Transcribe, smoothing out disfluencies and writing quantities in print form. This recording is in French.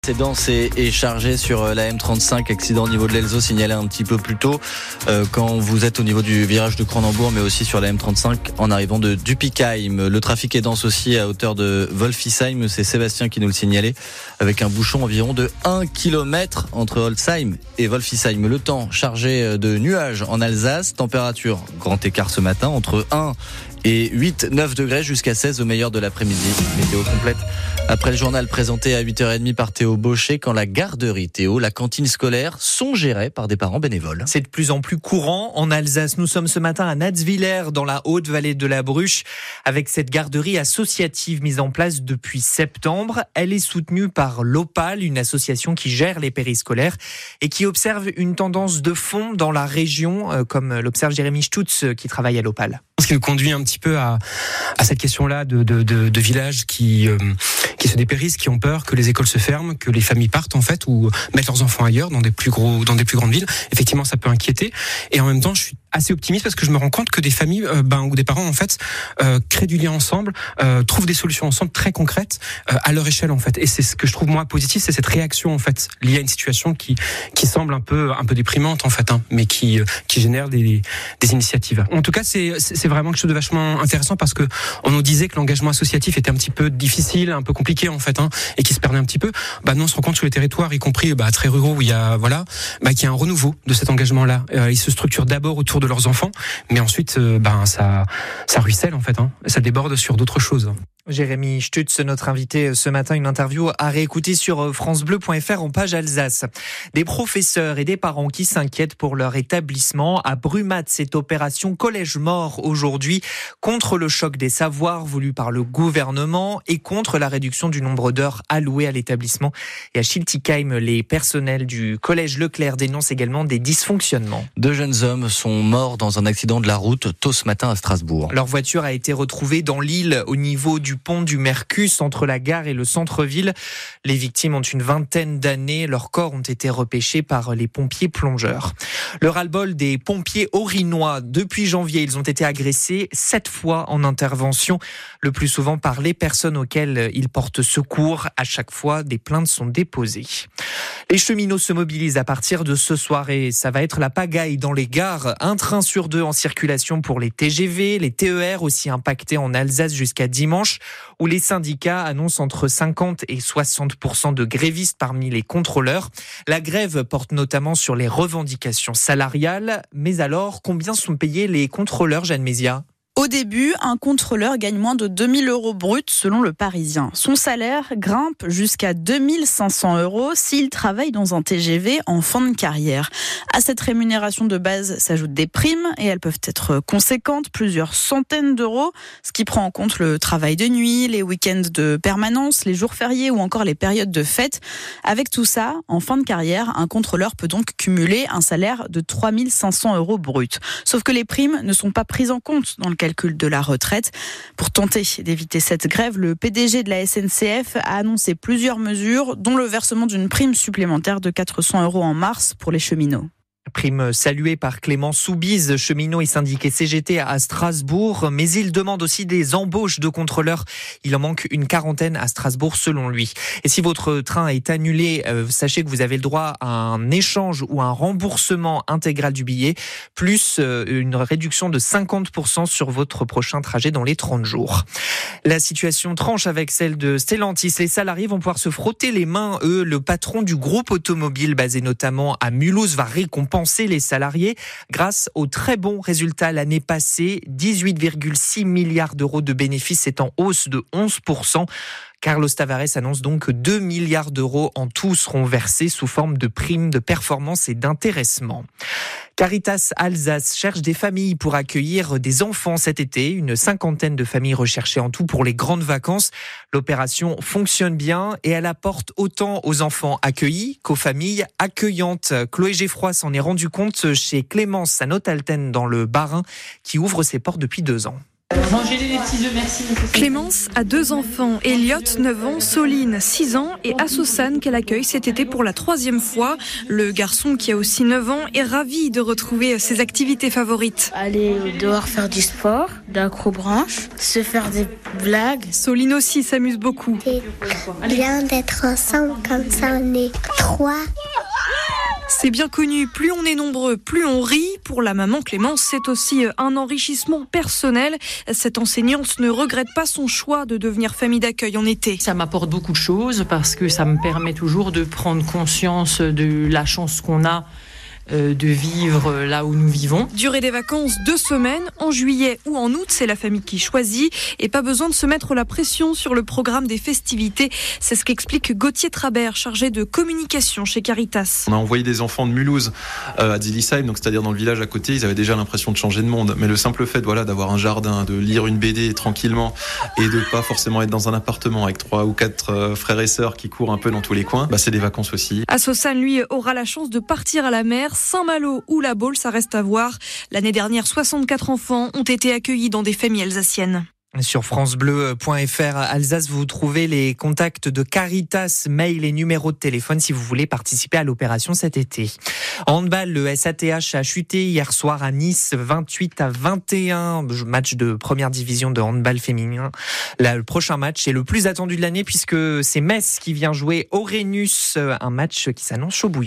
C'est dense et chargé sur la M35, accident au niveau de l'Elzo signalé un petit peu plus tôt quand vous êtes au niveau du virage de Cronenbourg, mais aussi sur la M35 en arrivant de Dupikheim. Le trafic est dense aussi à hauteur de Wolfisheim, c'est Sébastien qui nous le signalait, avec un bouchon environ de 1 km entre Holzheim et Wolfisheim. Le temps chargé de nuages en Alsace, température grand écart ce matin entre 1 et 8-9 degrés jusqu'à 16 au meilleur de l'après-midi. Météo complète après le journal présenté à 8h30 par Théo Baucher, quand la garderie Théo, la cantine scolaire sont gérées par des parents bénévoles. C'est de plus en plus courant en Alsace. Nous sommes ce matin à Natzwiller, dans la haute vallée de la Bruche, avec cette garderie associative mise en place depuis septembre. Elle est soutenue par l'Opal, une association qui gère les périscolaires et qui observe une tendance de fond dans la région, comme l'observe Jérémy Stutz qui travaille à l'Opal. Ce qui nous conduit un petit peu à cette question-là de villages qui se dépérissent, qui ont peur que les écoles se ferment, que les familles partent en fait, ou mettent leurs enfants ailleurs, dans des plus grandes villes. Effectivement, ça peut inquiéter. Et en même temps, je suis assez optimiste parce que je me rends compte que des familles ou des parents en fait créent du lien ensemble, trouvent des solutions ensemble très concrètes à leur échelle en fait. Et c'est ce que je trouve moi positif, c'est cette réaction en fait liée à une situation qui semble un peu déprimante en fait, mais qui génère des initiatives. En tout cas, c'est vraiment quelque chose de vachement intéressant parce que on nous disait que l'engagement associatif était un petit peu difficile, un peu compliqué en fait, et qui se perdait un petit peu. Nous on se rend compte sur les territoires, y compris très ruraux, où il y a qu'il y a un renouveau de cet engagement-là. Ils se structurent d'abord autour de leurs enfants, mais ensuite ça ruisselle en fait, ça déborde sur d'autres choses. Jérémy Stutz, notre invité ce matin, une interview à réécouter sur francebleu.fr en page Alsace. Des professeurs et des parents qui s'inquiètent pour leur établissement. À Brumath, cette opération collège mort aujourd'hui contre le choc des savoirs voulu par le gouvernement et contre la réduction du nombre d'heures allouées à l'établissement. Et à Schiltigheim, les personnels du collège Leclerc dénoncent également des dysfonctionnements. 2 jeunes hommes sont morts dans un accident de la route tôt ce matin à Strasbourg. Leur voiture a été retrouvée dans l'île au niveau du pont du Mercus entre la gare et le centre-ville. Les victimes ont une vingtaine d'années. Leurs corps ont été repêchés par les pompiers plongeurs. Le ras-le-bol des pompiers orinois. Depuis janvier, ils ont été agressés 7 fois en intervention, le plus souvent par les personnes auxquelles ils portent secours. À chaque fois, des plaintes sont déposées. Les cheminots se mobilisent à partir de ce soir et ça va être la pagaille dans les gares. 1 train sur 2 en circulation pour les TGV, les TER aussi impactés en Alsace jusqu'à dimanche, où les syndicats annoncent entre 50 et 60% de grévistes parmi les contrôleurs. La grève porte notamment sur les revendications salariales. Mais alors, combien sont payés les contrôleurs, Jeanne Mézia ? Au début, un contrôleur gagne moins de 2 000 € bruts selon le Parisien. Son salaire grimpe jusqu'à 2 500 € s'il travaille dans un TGV en fin de carrière. À cette rémunération de base s'ajoutent des primes et elles peuvent être conséquentes, plusieurs centaines d'euros, ce qui prend en compte le travail de nuit, les week-ends de permanence, les jours fériés ou encore les périodes de fête. Avec tout ça, en fin de carrière, un contrôleur peut donc cumuler un salaire de 3 500 € bruts. Sauf que les primes ne sont pas prises en compte dans le calcul de la retraite. Pour tenter d'éviter cette grève, le PDG de la SNCF a annoncé plusieurs mesures, dont le versement d'une prime supplémentaire de 400 € en mars pour les cheminots. Prime saluée par Clément Soubise, cheminot et syndiqué CGT à Strasbourg, mais il demande aussi des embauches de contrôleurs. Il en manque une quarantaine à Strasbourg selon lui. Et si votre train est annulé, sachez que vous avez le droit à un échange ou un remboursement intégral du billet, plus une réduction de 50% sur votre prochain trajet dans les 30 jours. La situation tranche avec celle de Stellantis. Les salariés vont pouvoir se frotter les mains. Le patron du groupe automobile basé notamment à Mulhouse va récompenser les salariés grâce aux très bons résultats l'année passée. 18,6 milliards d'euros de bénéfices, c'est en hausse de 11%. Carlos Tavares annonce donc que 2 milliards d'euros en tout seront versés sous forme de primes de performance et d'intéressement. Caritas Alsace cherche des familles pour accueillir des enfants cet été. Une 50aine de familles recherchées en tout pour les grandes vacances. L'opération fonctionne bien et elle apporte autant aux enfants accueillis qu'aux familles accueillantes. Chloé Geffroy s'en est rendu compte chez Clémence à Notalten dans le Bas-Rhin qui ouvre ses portes depuis 2 ans. Mangez-les les petits œufs, merci. Clémence a 2 enfants, Elliot 9 ans, Soline 6 ans et Assosane qu'elle accueille cet été pour la 3e fois. Le garçon qui a aussi 9 ans est ravi de retrouver ses activités favorites. Aller dehors faire du sport, d'acrobranche, se faire des blagues. Soline aussi s'amuse beaucoup. C'est bien d'être ensemble comme ça on est 3. C'est bien connu, plus on est nombreux, plus on rit. Pour la maman Clémence, c'est aussi un enrichissement personnel. Cette enseignante ne regrette pas son choix de devenir famille d'accueil en été. Ça m'apporte beaucoup de choses parce que ça me permet toujours de prendre conscience de la chance qu'on a de vivre là où nous vivons. Durée des vacances 2 semaines, en juillet ou en août, c'est la famille qui choisit et pas besoin de se mettre la pression sur le programme des festivités. C'est ce qu'explique Gauthier Trabert, chargé de communication chez Caritas. On a envoyé des enfants de Mulhouse à Dillisheim, donc c'est-à-dire dans le village à côté, ils avaient déjà l'impression de changer de monde. Mais le simple fait d'avoir un jardin, de lire une BD tranquillement et de pas forcément être dans un appartement avec 3 ou 4 frères et sœurs qui courent un peu dans tous les coins, c'est des vacances aussi. Assosane, lui, aura la chance de partir à la mer. Saint-Malo ou La Baule, ça reste à voir. L'année dernière, 64 enfants ont été accueillis dans des familles alsaciennes. Sur francebleu.fr Alsace, vous trouvez les contacts de Caritas, mail et numéros de téléphone si vous voulez participer à l'opération cet été. En handball, le SATH a chuté hier soir à Nice, 28-21, match de première division de handball féminin. Là, le prochain match est le plus attendu de l'année puisque c'est Metz qui vient jouer Orenus, un match qui s'annonce chaud bouillant.